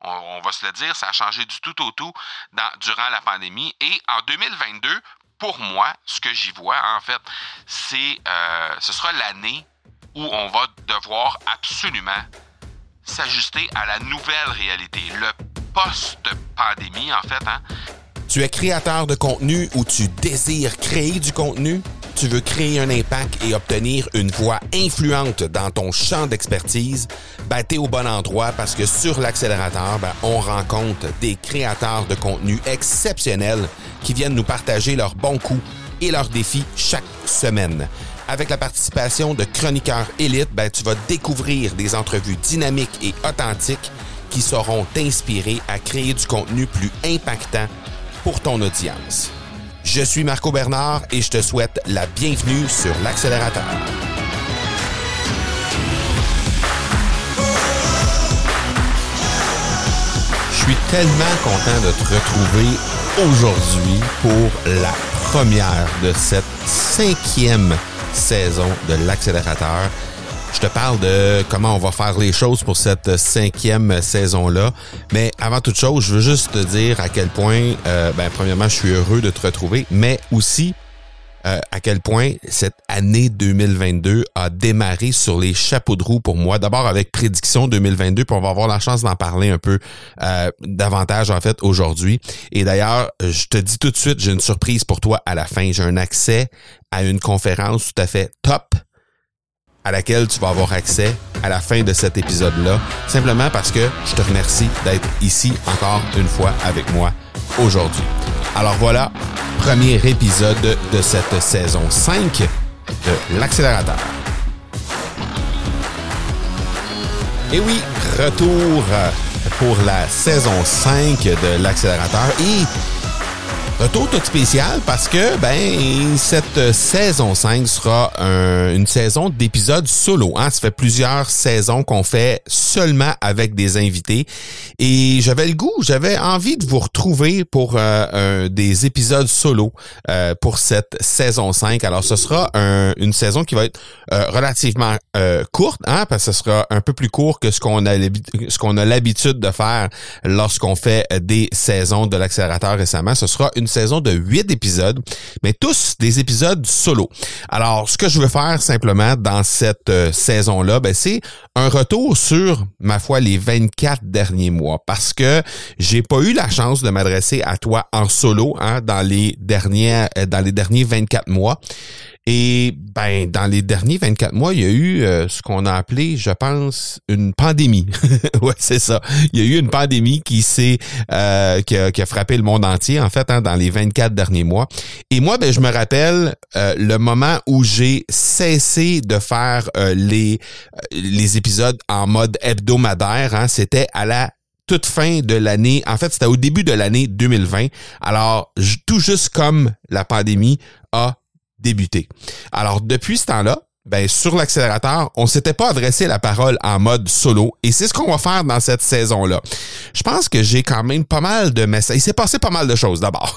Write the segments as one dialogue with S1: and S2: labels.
S1: On va se le dire, ça a changé du tout au tout durant la pandémie. Et en 2022, pour moi, ce que j'y vois, en fait, ce sera l'année où on va devoir absolument s'ajuster à la nouvelle réalité, le post-pandémie, en fait.
S2: Tu es créateur de contenu ou tu désires créer du contenu? Tu veux créer un impact et obtenir une voix influente dans ton champ d'expertise? Ben, t'es au bon endroit parce que sur l'accélérateur, on rencontre des créateurs de contenu exceptionnels qui viennent nous partager leurs bons coups et leurs défis chaque semaine. Avec la participation de chroniqueurs élites, tu vas découvrir des entrevues dynamiques et authentiques qui sauront t'inspirer à créer du contenu plus impactant pour ton audience. Je suis Marco Bernard et je te souhaite la bienvenue sur l'accélérateur. Je suis tellement content de te retrouver aujourd'hui pour la première de cette 5e saison de l'accélérateur. Je te parle de comment on va faire les choses pour cette 5e saison-là. Mais avant toute chose, je veux juste te dire à quel point, premièrement, je suis heureux de te retrouver, mais aussi à quel point cette année 2022 a démarré sur les chapeaux de roue pour moi. D'abord avec Prédiction 2022, puis on va avoir la chance d'en parler un peu davantage en fait aujourd'hui. Et d'ailleurs, je te dis tout de suite, j'ai une surprise pour toi à la fin. J'ai un accès à une conférence tout à fait top à laquelle tu vas avoir accès à la fin de cet épisode-là, simplement parce que je te remercie d'être ici encore une fois avec moi aujourd'hui. Alors voilà, premier épisode de cette saison 5 de l'accélérateur. Et oui, retour pour la saison 5 de l'accélérateur et retour tout spécial parce que cette saison 5 sera une saison d'épisodes solo. Ça fait plusieurs saisons qu'on fait seulement avec des invités et j'avais envie de vous retrouver pour des épisodes solo pour cette saison 5. Alors ce sera une saison qui va être relativement courte, parce que ce sera un peu plus court que ce qu'on a l'habitude de faire lorsqu'on fait des saisons de l'accélérateur récemment. Ce sera une saison de 8 épisodes, mais tous des épisodes solo. Alors, ce que je veux faire simplement dans cette saison-là, c'est un retour sur, ma foi, les 24 derniers mois, parce que j'ai pas eu la chance de m'adresser à toi en solo dans les derniers 24 mois. Et dans les derniers 24 mois, il y a eu ce qu'on a appelé, je pense, une pandémie. Ouais, c'est ça. Il y a eu une pandémie qui a frappé le monde entier, en fait, dans les 24 derniers mois. Et moi, je me rappelle le moment où j'ai cessé de faire les épisodes en mode hebdomadaire. C'était à la toute fin de l'année. En fait, c'était au début de l'année 2020. Alors, tout juste comme la pandémie a débuté. Alors, depuis ce temps-là, sur l'accélérateur, on s'était pas adressé la parole en mode solo et c'est ce qu'on va faire dans cette saison-là. Je pense que j'ai quand même pas mal de messages. Il s'est passé pas mal de choses d'abord.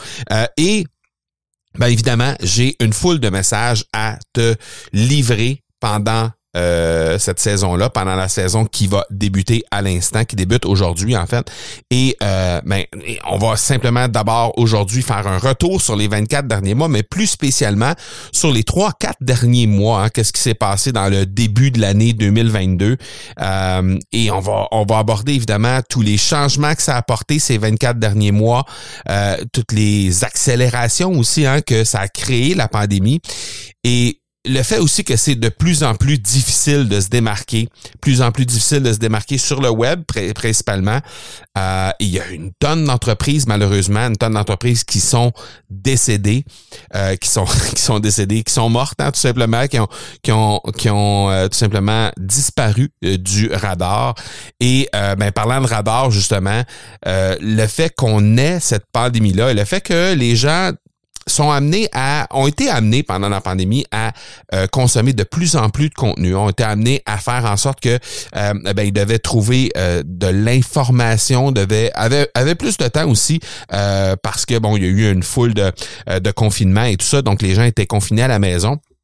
S2: Évidemment, j'ai une foule de messages à te livrer pendant cette saison-là, pendant la saison qui va débuter à l'instant, qui débute aujourd'hui en fait. Et on va simplement d'abord aujourd'hui faire un retour sur les 24 derniers mois, mais plus spécialement sur les 3-4 derniers mois. Qu'est-ce qui s'est passé dans le début de l'année 2022. Et on va aborder évidemment tous les changements que ça a apporté ces 24 derniers mois, toutes les accélérations aussi que ça a créé la pandémie. Et le fait aussi que c'est de plus en plus difficile de se démarquer, sur le web principalement. Il y a une tonne d'entreprises, malheureusement, qui sont décédées, qui sont mortes, tout simplement, qui ont tout simplement disparu du radar. Et parlant de radar, justement, le fait qu'on ait cette pandémie-là et le fait que les gens ont été amenés pendant la pandémie à consommer de plus en plus de contenu, ont été amenés à faire en sorte que ils devaient trouver de l'information, avaient plus de temps aussi parce que il y a eu une foule de confinement et tout ça, donc les gens étaient confinés à la maison.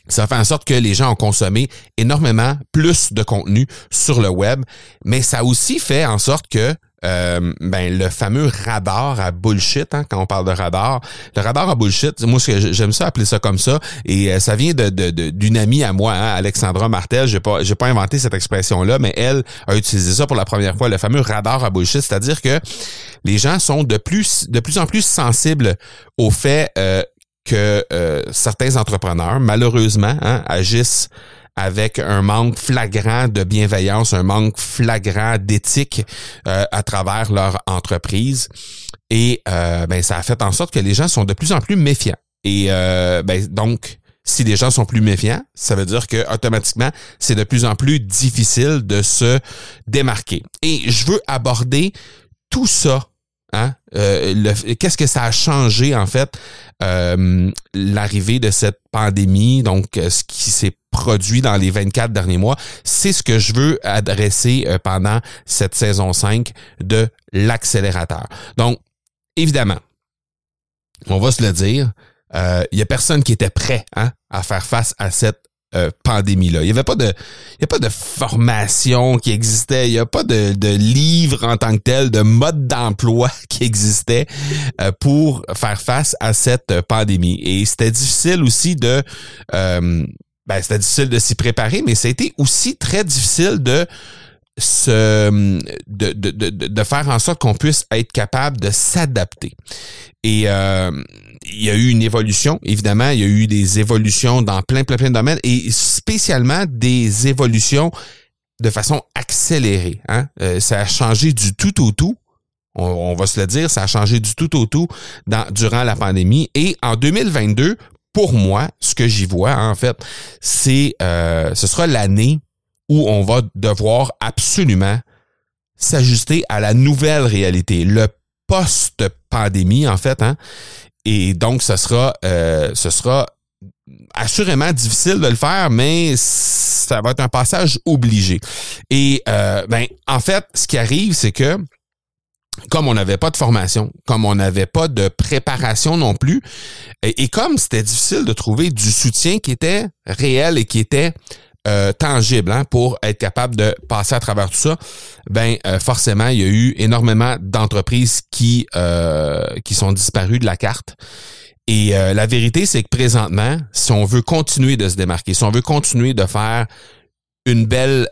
S2: Ça fait en sorte que les gens ont consommé énormément plus de contenu sur le web, mais ça a aussi fait en sorte que le fameux radar à bullshit, hein, quand on parle de radar, le radar à bullshit, moi j'aime ça appeler ça comme ça, et ça vient d'une amie à moi, hein, Alexandra Martel. J'ai pas inventé cette expression-là, mais elle a utilisé ça pour la première fois, le fameux radar à bullshit, c'est-à-dire que les gens sont de plus en plus sensibles au fait que certains entrepreneurs, malheureusement, hein, agissent avec un manque flagrant de bienveillance, un manque flagrant d'éthique à travers leur entreprise. Et ça a fait en sorte que les gens sont de plus en plus méfiants. Et donc, si les gens sont plus méfiants, ça veut dire que automatiquement, c'est de plus en plus difficile de se démarquer. Et je veux aborder tout ça. Hein? Qu'est-ce que ça a changé, en fait, l'arrivée de cette pandémie, donc ce qui s'est produit dans les 24 derniers mois, c'est ce que je veux adresser pendant cette saison 5 de l'accélérateur. Donc, évidemment, on va se le dire, il y a personne qui était prêt, hein, à faire face à cette pandémie-là. Il y a pas de formation qui existait, il y a pas de livre en tant que tel, de mode d'emploi qui existait pour faire face à cette pandémie. Et c'était difficile aussi de s'y préparer, mais ça a été aussi très difficile de faire en sorte qu'on puisse être capable de s'adapter. Et il y a eu une évolution, évidemment, il y a eu des évolutions dans plein de domaines et spécialement des évolutions de façon accélérée. Hein? Ça a changé du tout au tout. On va se le dire, ça a changé du tout au tout durant la pandémie. Et en 2022, pour moi, ce que j'y vois, en fait, ce sera l'année où on va devoir absolument s'ajuster à la nouvelle réalité, le post-pandémie, en fait, hein. Et donc, ce sera assurément difficile de le faire, mais ça va être un passage obligé. Et en fait, ce qui arrive, c'est que comme on n'avait pas de formation, comme on n'avait pas de préparation non plus, et comme c'était difficile de trouver du soutien qui était réel et qui était tangible, hein, pour être capable de passer à travers tout ça, forcément, il y a eu énormément d'entreprises qui sont disparues de la carte. Et la vérité, c'est que présentement, si on veut continuer de se démarquer, si on veut continuer de faire une belle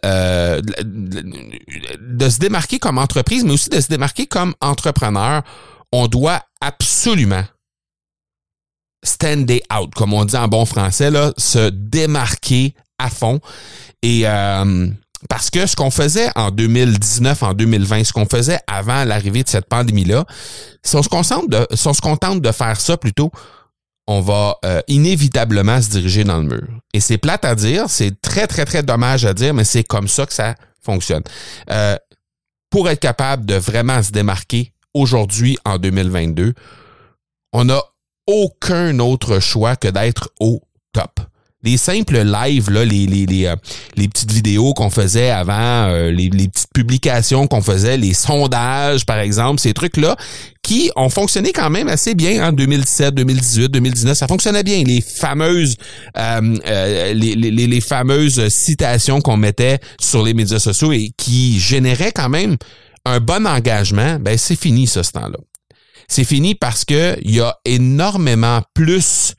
S2: de se démarquer comme entreprise, mais aussi de se démarquer comme entrepreneur, on doit absolument stand out, comme on dit en bon français, là, se démarquer à fond. Et parce que ce qu'on faisait en 2019, en 2020, ce qu'on faisait avant l'arrivée de cette pandémie-là, si on se contente de faire ça plutôt, on va inévitablement se diriger dans le mur. Et c'est plate à dire, c'est très, très, très dommage à dire, mais c'est comme ça que ça fonctionne. Pour être capable de vraiment se démarquer aujourd'hui, en 2022, on n'a aucun autre choix que d'être au top. Les simples lives, là, les petites vidéos qu'on faisait avant, les petites publications qu'on faisait, les sondages, par exemple, ces trucs-là, qui ont fonctionné quand même assez bien en 2017, 2018, 2019. Ça fonctionnait bien. Les fameuses les fameuses citations qu'on mettait sur les médias sociaux et qui généraient quand même un bon engagement, c'est fini ce temps-là. C'est fini parce que il y a énormément plus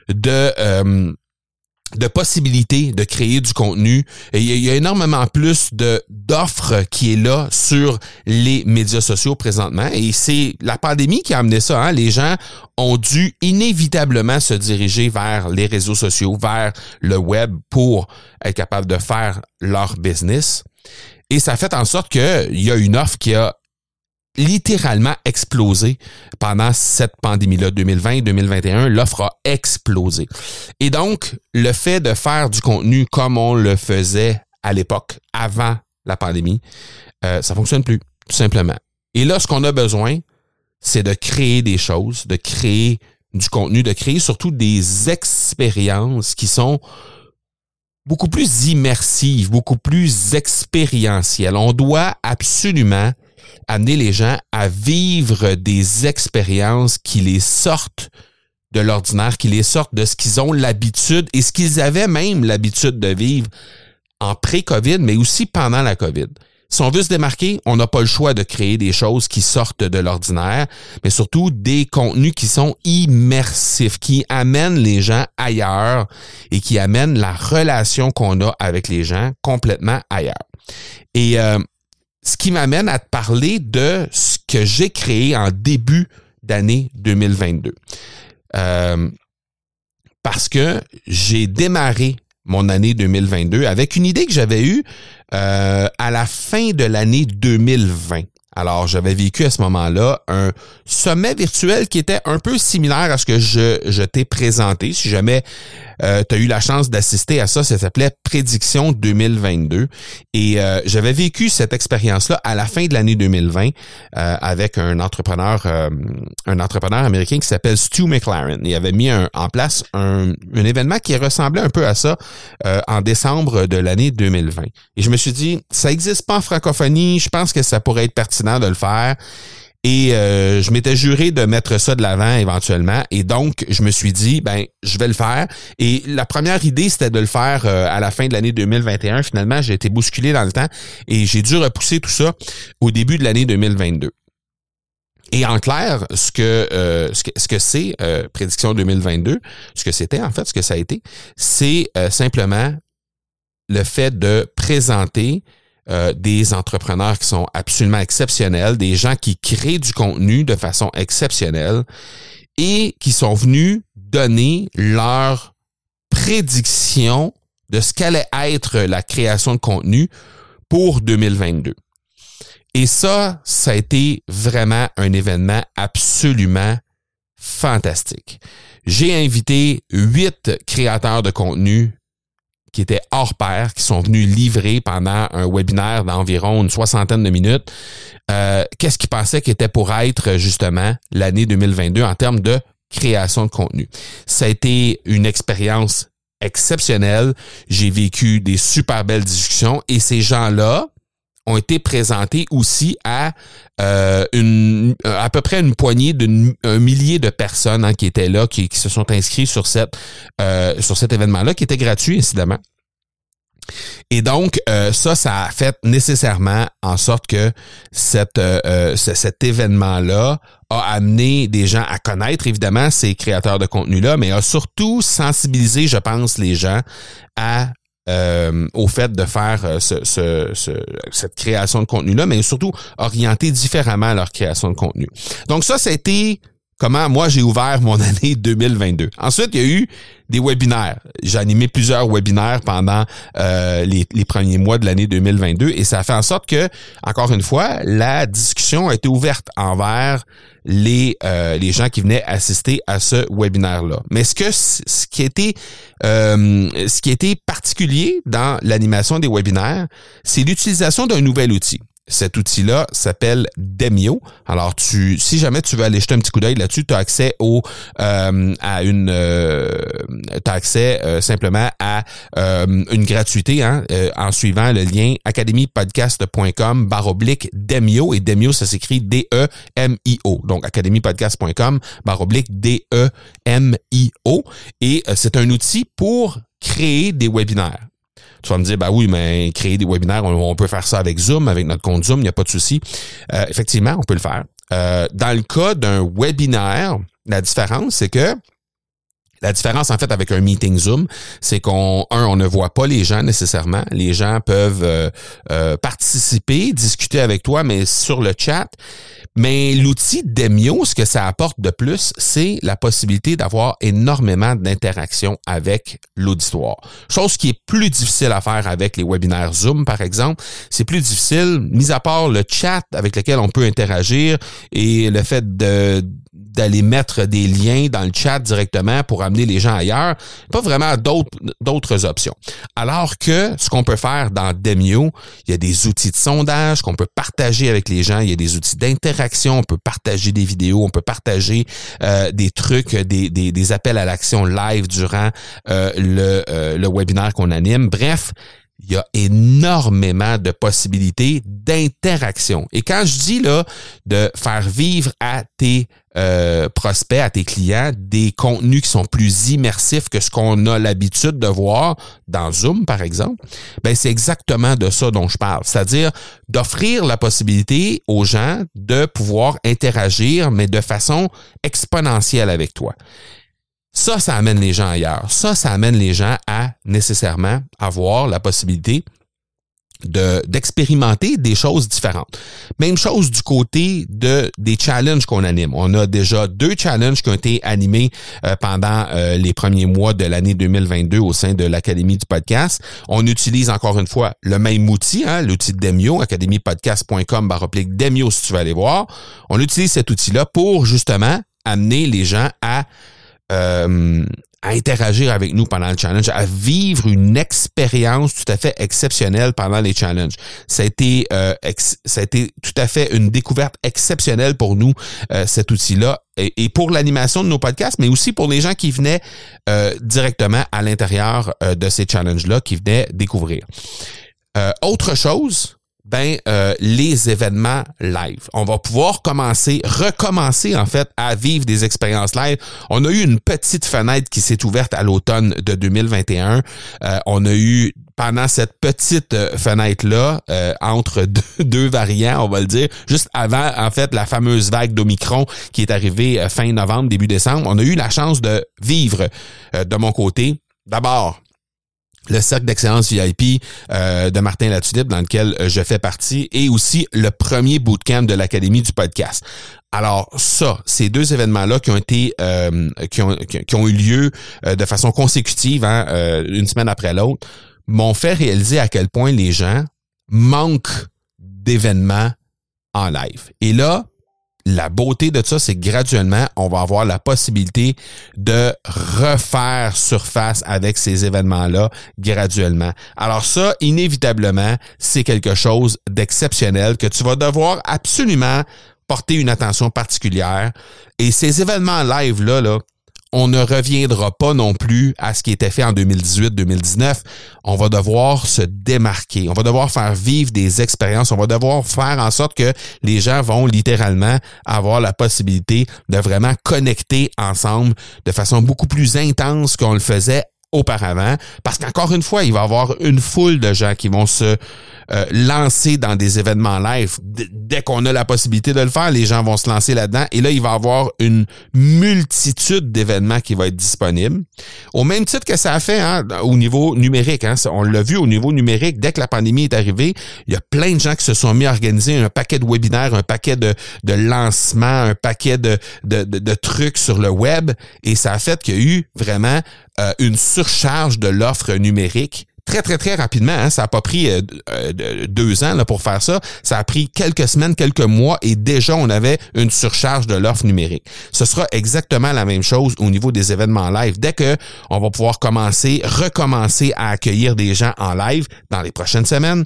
S2: de possibilités de créer du contenu. Et il y a énormément plus d'offres qui est là sur les médias sociaux présentement. Et c'est la pandémie qui a amené ça. Hein? Les gens ont dû inévitablement se diriger vers les réseaux sociaux, vers le web pour être capable de faire leur business. Et ça a fait en sorte qu'il y a une offre qui a littéralement explosé pendant cette pandémie-là, 2020-2021, l'offre a explosé. Et donc, le fait de faire du contenu comme on le faisait à l'époque, avant la pandémie, ça fonctionne plus, tout simplement. Et là, ce qu'on a besoin, c'est de créer des choses, de créer du contenu, de créer surtout des expériences qui sont beaucoup plus immersives, beaucoup plus expérientielles. On doit absolument amener les gens à vivre des expériences qui les sortent de l'ordinaire, qui les sorte de ce qu'ils ont l'habitude et ce qu'ils avaient même l'habitude de vivre en pré-COVID, mais aussi pendant la COVID. Si on veut se démarquer, on n'a pas le choix de créer des choses qui sortent de l'ordinaire, mais surtout des contenus qui sont immersifs, qui amènent les gens ailleurs et qui amènent la relation qu'on a avec les gens complètement ailleurs. Et ce qui m'amène à te parler de ce que j'ai créé en début d'année 2022. Parce que j'ai démarré mon année 2022 avec une idée que j'avais eue à la fin de l'année 2020. Alors, j'avais vécu à ce moment-là un sommet virtuel qui était un peu similaire à ce que je t'ai présenté. Si jamais tu as eu la chance d'assister à ça, ça s'appelait Prédiction 2022. Et j'avais vécu cette expérience-là à la fin de l'année 2020 avec un entrepreneur américain qui s'appelle Stu McLaren. Il avait mis en place un événement qui ressemblait un peu à ça en décembre de l'année 2020. Et je me suis dit, ça n'existe pas en francophonie, je pense que ça pourrait être pertinent de le faire. Et je m'étais juré de mettre ça de l'avant éventuellement. Et donc, je me suis dit, je vais le faire. Et la première idée, c'était de le faire à la fin de l'année 2021. Finalement, j'ai été bousculé dans le temps et j'ai dû repousser tout ça au début de l'année 2022. Et en clair, ce que c'est Prédiction 2022, ce que c'était en fait, ce que ça a été, c'est simplement le fait de présenter des entrepreneurs qui sont absolument exceptionnels, des gens qui créent du contenu de façon exceptionnelle et qui sont venus donner leur prédiction de ce qu'allait être la création de contenu pour 2022. Et ça a été vraiment un événement absolument fantastique. J'ai invité 8 créateurs de contenu qui étaient hors pair, qui sont venus livrer pendant un webinaire d'environ une 60aine de minutes, qu'est-ce qu'ils pensaient qu'était pour être justement l'année 2022 en termes de création de contenu. Ça a été une expérience exceptionnelle. J'ai vécu des super belles discussions et ces gens-là ont été présentés aussi à peu près une poignée d'un millier de personnes qui étaient là, qui se sont inscrits sur cet événement-là, qui était gratuit, incidemment. Et donc, ça a fait nécessairement en sorte que cet événement-là a amené des gens à connaître, évidemment, ces créateurs de contenu-là, mais a surtout sensibilisé, je pense, les gens au fait de faire cette création de contenu-là, mais surtout orienter différemment leur création de contenu. Donc ça a été comment moi j'ai ouvert mon année 2022. Ensuite, il y a eu des webinaires. J'ai animé plusieurs webinaires pendant les premiers mois de l'année 2022 et ça a fait en sorte que, encore une fois, la discussion a été ouverte envers les gens qui venaient assister à ce webinaire-là. Mais ce qui a été particulier dans l'animation des webinaires, c'est l'utilisation d'un nouvel outil. Cet outil-là s'appelle Demio. Alors, si jamais tu veux aller jeter un petit coup d'œil là-dessus, tu as accès simplement à une gratuité en suivant le lien academypodcast.com/Demio et Demio, ça s'écrit D-E-M-I-O. Donc, academypodcast.com/D-E-M-I-O et c'est un outil pour créer des webinaires. Tu vas me dire, oui, mais créer des webinaires, on peut faire ça avec Zoom, avec notre compte Zoom, il n'y a pas de souci. Effectivement, on peut le faire. Dans le cas d'un webinaire, la différence en fait avec un meeting Zoom, c'est qu'on ne voit pas les gens nécessairement. Les gens peuvent participer, discuter avec toi, mais sur le chat. Mais l'outil Demio, ce que ça apporte de plus, c'est la possibilité d'avoir énormément d'interactions avec l'auditoire. Chose qui est plus difficile à faire avec les webinaires Zoom, par exemple. C'est plus difficile, mis à part le chat avec lequel on peut interagir et le fait d'aller mettre des liens dans le chat directement pour amener les gens ailleurs, pas vraiment d'autres options. Alors que ce qu'on peut faire dans Demio, il y a des outils de sondage qu'on peut partager avec les gens, il y a des outils d'interaction, on peut partager des vidéos, on peut partager des trucs, des appels à l'action live durant le webinaire qu'on anime. Bref, il y a énormément de possibilités d'interaction. Et quand je dis là de faire vivre à tes prospects, à tes clients, des contenus qui sont plus immersifs que ce qu'on a l'habitude de voir dans Zoom, par exemple, ben c'est exactement de ça dont je parle. C'est-à-dire d'offrir la possibilité aux gens de pouvoir interagir, mais de façon exponentielle avec toi. Ça amène les gens ailleurs. Ça amène les gens à nécessairement avoir la possibilité d'expérimenter des choses différentes. Même chose du côté des challenges qu'on anime. On a déjà 2 challenges qui ont été animés pendant les premiers mois de l'année 2022 au sein de l'Académie du podcast. On utilise encore une fois le même outil, l'outil de Demio, academypodcast.com/Demio si tu veux aller voir. On utilise cet outil-là pour justement amener les gens à interagir avec nous pendant le challenge, à vivre une expérience tout à fait exceptionnelle pendant les challenges. Ça a été tout à fait une découverte exceptionnelle pour nous, cet outil-là, et pour l'animation de nos podcasts, mais aussi pour les gens qui venaient directement à l'intérieur de ces challenges-là, qui venaient découvrir. Autre chose, les événements live. On va pouvoir recommencer en fait à vivre des expériences live. On a eu une petite fenêtre qui s'est ouverte à l'automne de 2021. On a eu pendant cette petite fenêtre-là, entre deux variants, on va le dire, juste avant en fait la fameuse vague d'Omicron qui est arrivée fin novembre, début décembre, on a eu la chance de vivre de mon côté. D'abord, le cercle d'excellence VIP de Martin Latulippe dans lequel je fais partie et aussi le premier bootcamp de l'Académie du podcast. Alors ces 2 événements-là qui ont été qui ont eu lieu de façon consécutive, une semaine après l'autre, m'ont fait réaliser à quel point les gens manquent d'événements en live. Et là, la beauté de ça, c'est que graduellement, on va avoir la possibilité de refaire surface avec ces événements-là graduellement. Alors ça, inévitablement, c'est quelque chose d'exceptionnel que tu vas devoir absolument porter une attention particulière. Et ces événements live-là, on ne reviendra pas non plus à ce qui était fait en 2018-2019. On va devoir se démarquer. On va devoir faire vivre des expériences. On va devoir faire en sorte que les gens vont littéralement avoir la possibilité de vraiment connecter ensemble de façon beaucoup plus intense qu'on le faisait auparavant. Parce qu'encore une fois, il va y avoir une foule de gens qui vont se lancer dans des événements live. Dès qu'on a la possibilité de le faire, les gens vont se lancer là-dedans. Et là, il va y avoir une multitude d'événements qui va être disponible. Au même titre que ça a fait au niveau numérique. On l'a vu au niveau numérique. Dès que la pandémie est arrivée, il y a plein de gens qui se sont mis à organiser un paquet de webinaires, un paquet de lancements, un paquet de trucs sur le web. Et ça a fait qu'il y a eu vraiment une surcharge de l'offre numérique très, très, très rapidement. Ça n'a pas pris 2 ans là, pour faire ça. Ça a pris quelques semaines, quelques mois et déjà, on avait une surcharge de l'offre numérique. Ce sera exactement la même chose au niveau des événements live. Dès que on va pouvoir recommencer à accueillir des gens en live dans les prochaines semaines,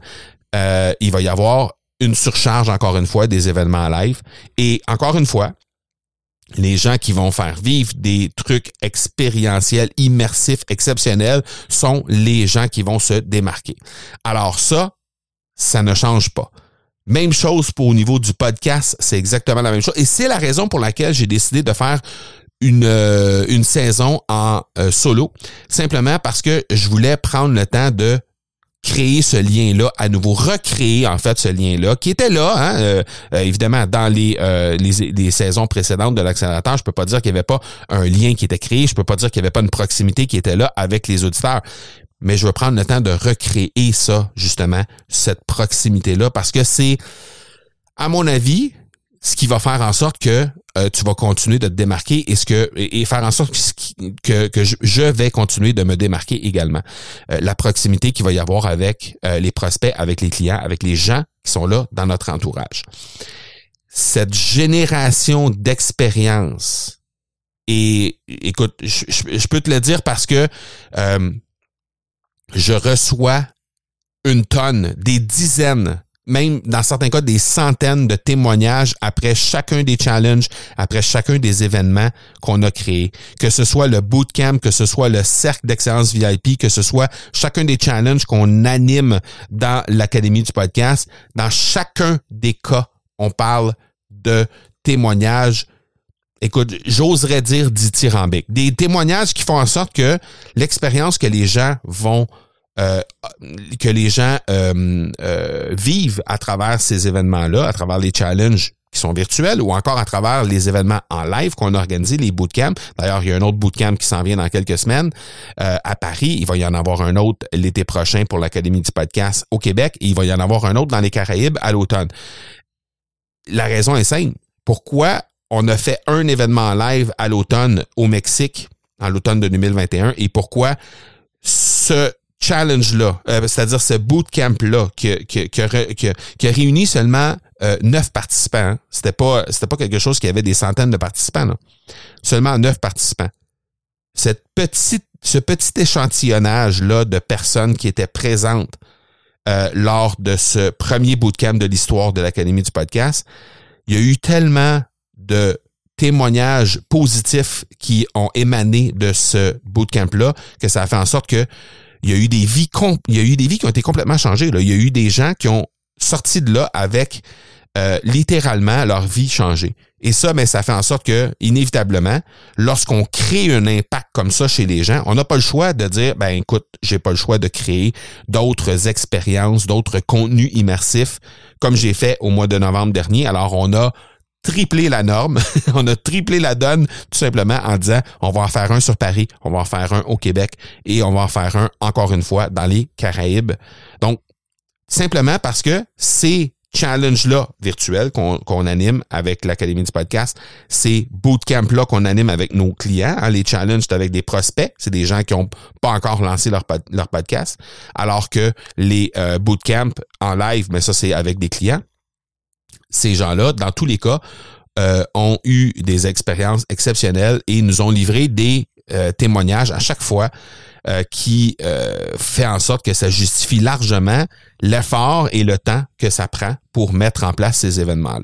S2: il va y avoir une surcharge, encore une fois, des événements live. Et encore une fois, les gens qui vont faire vivre des trucs expérientiels, immersifs, exceptionnels, sont les gens qui vont se démarquer. Alors ça ne change pas. Même chose pour au niveau du podcast, c'est exactement la même chose. Et c'est la raison pour laquelle j'ai décidé de faire une saison en solo. Simplement parce que je voulais prendre le temps de créer ce lien-là à nouveau, recréer en fait ce lien-là qui était là, évidemment dans les saisons précédentes de l'accélérateur. Je peux pas dire qu'il y avait pas un lien qui était créé, je peux pas dire qu'il y avait pas une proximité qui était là avec les auditeurs, mais je veux prendre le temps de recréer ça justement, cette proximité-là, parce que c'est, à mon avis, ce qui va faire en sorte que tu vas continuer de te démarquer et faire en sorte que je vais continuer de me démarquer également. La proximité qu'il va y avoir avec les prospects, avec les clients, avec les gens qui sont là dans notre entourage. Cette génération d'expérience, et écoute, je peux te le dire parce que je reçois une tonne, des dizaines même dans certains cas, des centaines de témoignages après chacun des challenges, après chacun des événements qu'on a créés. Que ce soit le bootcamp, que ce soit le cercle d'excellence VIP, que ce soit chacun des challenges qu'on anime dans l'Académie du podcast. Dans chacun des cas, on parle de témoignages, écoute, j'oserais dire dithyrambiques. Des témoignages qui font en sorte que l'expérience que les gens vivent à travers ces événements-là, à travers les challenges qui sont virtuels ou encore à travers les événements en live qu'on a organisés, les bootcamps. D'ailleurs, il y a un autre bootcamp qui s'en vient dans quelques semaines à Paris. Il va y en avoir un autre l'été prochain pour l'Académie du podcast au Québec et il va y en avoir un autre dans les Caraïbes à l'automne. La raison est simple. Pourquoi on a fait un événement en live à l'automne au Mexique, en l'automne de 2021, et pourquoi ce challenge-là, c'est-à-dire ce bootcamp-là qui a réuni seulement 9 participants. Hein. C'était pas quelque chose qui avait des centaines de participants. Là. Seulement 9 participants. Ce petit échantillonnage-là de personnes qui étaient présentes lors de ce premier bootcamp de l'histoire de l'Académie du podcast, il y a eu tellement de témoignages positifs qui ont émané de ce bootcamp-là que ça a fait en sorte que il y a eu des vies qui ont été complètement changées. Là. Il y a eu des gens qui ont sorti de là avec littéralement leur vie changée. Et ça, ben, ça fait en sorte que, inévitablement, lorsqu'on crée un impact comme ça chez les gens, on n'a pas le choix de dire, ben écoute, j'ai pas le choix de créer d'autres expériences, d'autres contenus immersifs, comme j'ai fait au mois de novembre dernier. Alors, on a triplé la norme, on a triplé la donne, tout simplement en disant, on va en faire un sur Paris, on va en faire un au Québec et on va en faire un, encore une fois, dans les Caraïbes. Donc, simplement parce que ces challenge-là virtuel qu'on anime avec l'Académie du podcast, ces bootcamps-là qu'on anime avec nos clients, hein, les challenges avec des prospects, c'est des gens qui n'ont pas encore lancé leur podcast, alors que les bootcamps en live, mais ça c'est avec des clients. Ces gens-là, dans tous les cas, ont eu des expériences exceptionnelles et nous ont livré des témoignages à chaque fois qui fait en sorte que ça justifie largement l'effort et le temps que ça prend pour mettre en place ces événements-là.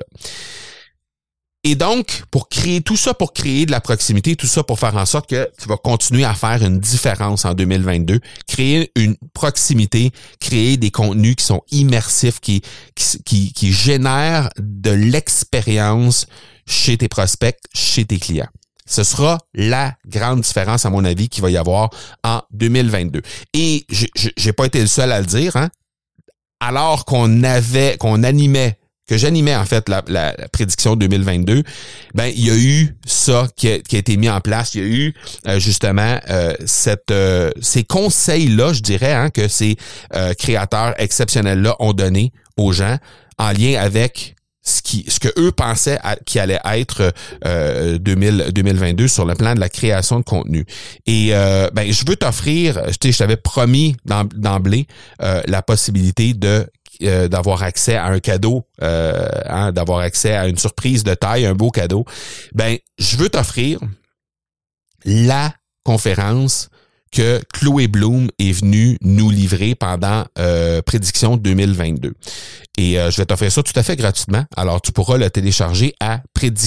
S2: Et donc, pour créer de la proximité, tout ça pour faire en sorte que tu vas continuer à faire une différence en 2022, créer une proximité, créer des contenus qui sont immersifs, qui génèrent de l'expérience chez tes prospects, chez tes clients. Ce sera la grande différence, à mon avis, qu'il va y avoir en 2022. Et j'ai pas été le seul à le dire, hein. Alors que j'animais en fait la prédiction 2022, ben il y a eu ça qui a été mis en place. Il y a eu justement ces conseils-là, je dirais, hein, que ces créateurs exceptionnels-là ont donné aux gens en lien avec ce que eux pensaient qui allait être 2022 sur le plan de la création de contenu. Et ben je veux t'offrir, je t'avais promis d'emblée la possibilité d'avoir accès à un cadeau, d'avoir accès à une surprise de taille, un beau cadeau. Ben je veux t'offrir la conférence que Chloé Bloom est venue nous livrer pendant Prédiction 2022. Et je vais t'offrir ça tout à fait gratuitement. Alors, tu pourras le télécharger à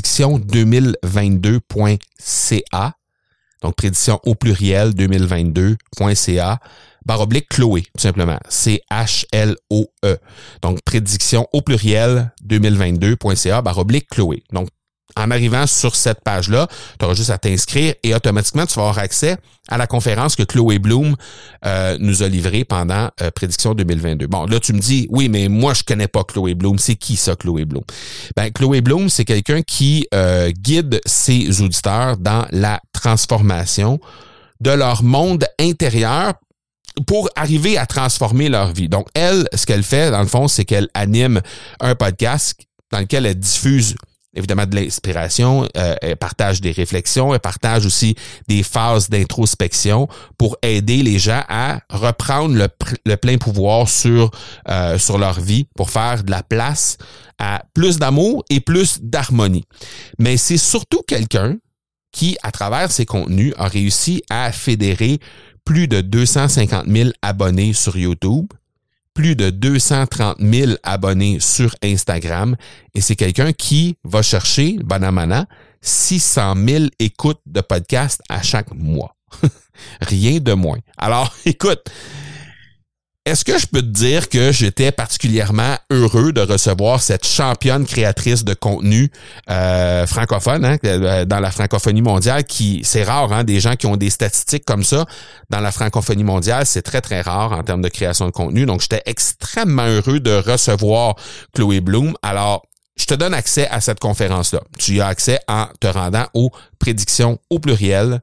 S2: prédiction2022.ca. Donc, prédiction au pluriel 2022.ca. / Chloé, tout simplement. CHLOE. Donc, prédiction au pluriel 2022.ca / Chloé. Donc, en arrivant sur cette page-là, tu auras juste à t'inscrire et automatiquement, tu vas avoir accès à la conférence que Chloé Bloom nous a livrée pendant Prédiction 2022. Bon, là, tu me dis, oui, mais moi, je connais pas Chloé Bloom. C'est qui ça, Chloé Bloom? Ben, Chloé Bloom, c'est quelqu'un qui guide ses auditeurs dans la transformation de leur monde intérieur pour arriver à transformer leur vie. Donc, elle, ce qu'elle fait, dans le fond, c'est qu'elle anime un podcast dans lequel elle diffuse évidemment de l'inspiration, elle partage des réflexions, elle partage aussi des phases d'introspection pour aider les gens à reprendre le plein pouvoir sur leur vie, pour faire de la place à plus d'amour et plus d'harmonie. Mais c'est surtout quelqu'un qui, à travers ses contenus, a réussi à fédérer plus de 250 000 abonnés sur YouTube plus de 230 000 abonnés sur Instagram et c'est quelqu'un qui va chercher, bonamana, 600 000 écoutes de podcasts à chaque mois. Rien de moins. Alors, écoute, est-ce que je peux te dire que j'étais particulièrement heureux de recevoir cette championne créatrice de contenu francophone dans la francophonie mondiale qui, c'est rare, hein, des gens qui ont des statistiques comme ça dans la francophonie mondiale, c'est très, très rare en termes de création de contenu. Donc, j'étais extrêmement heureux de recevoir Chloé Bloom. Alors, je te donne accès à cette conférence-là. Tu y as accès en te rendant aux prédictions au pluriel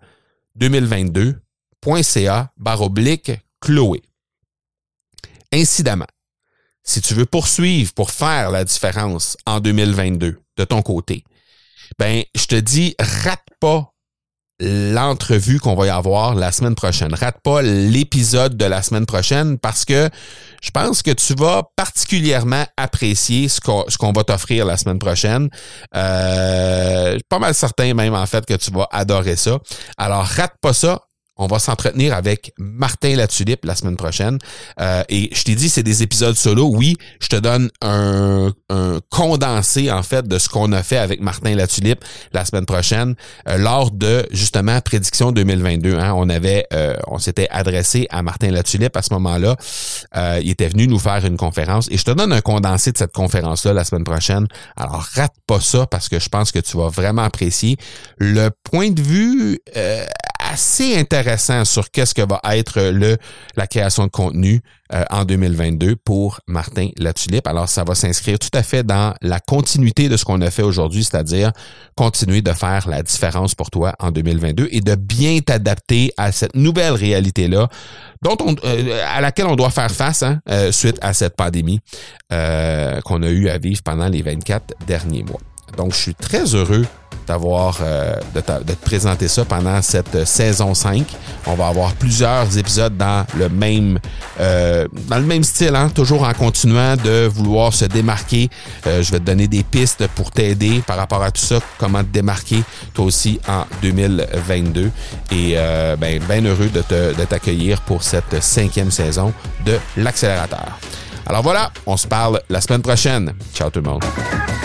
S2: 2022.ca/Chloé. Incidemment, si tu veux poursuivre pour faire la différence en 2022 de ton côté, ben je te dis, rate pas l'entrevue qu'on va y avoir la semaine prochaine. Rate pas l'épisode de la semaine prochaine parce que je pense que tu vas particulièrement apprécier ce qu'on va t'offrir la semaine prochaine. Je suis pas mal certain même en fait que tu vas adorer ça. Alors rate pas ça. On va s'entretenir avec Martin Latulippe la semaine prochaine. Et je t'ai dit, c'est des épisodes solo. Oui, je te donne un condensé, en fait, de ce qu'on a fait avec Martin Latulippe la semaine prochaine lors de, justement, Prédiction 2022. Hein. On s'était adressé à Martin Latulippe à ce moment-là. Il était venu nous faire une conférence. Et je te donne un condensé de cette conférence-là la semaine prochaine. Alors, rate pas ça parce que je pense que tu vas vraiment apprécier le point de vue assez intéressant sur qu'est-ce que va être la création de contenu en 2022 pour Martin Latulippe. Alors, ça va s'inscrire tout à fait dans la continuité de ce qu'on a fait aujourd'hui, c'est-à-dire continuer de faire la différence pour toi en 2022 et de bien t'adapter à cette nouvelle réalité-là à laquelle on doit faire face suite à cette pandémie qu'on a eu à vivre pendant les 24 derniers mois. Donc, je suis très heureux de te présenter ça pendant cette saison 5. On va avoir plusieurs épisodes dans le même style, hein, toujours en continuant de vouloir se démarquer. Je vais te donner des pistes pour t'aider par rapport à tout ça, comment te démarquer toi aussi en 2022. Et ben heureux de t'accueillir pour cette 5e saison de l'Accélérateur. Alors voilà, on se parle la semaine prochaine. Ciao tout le monde.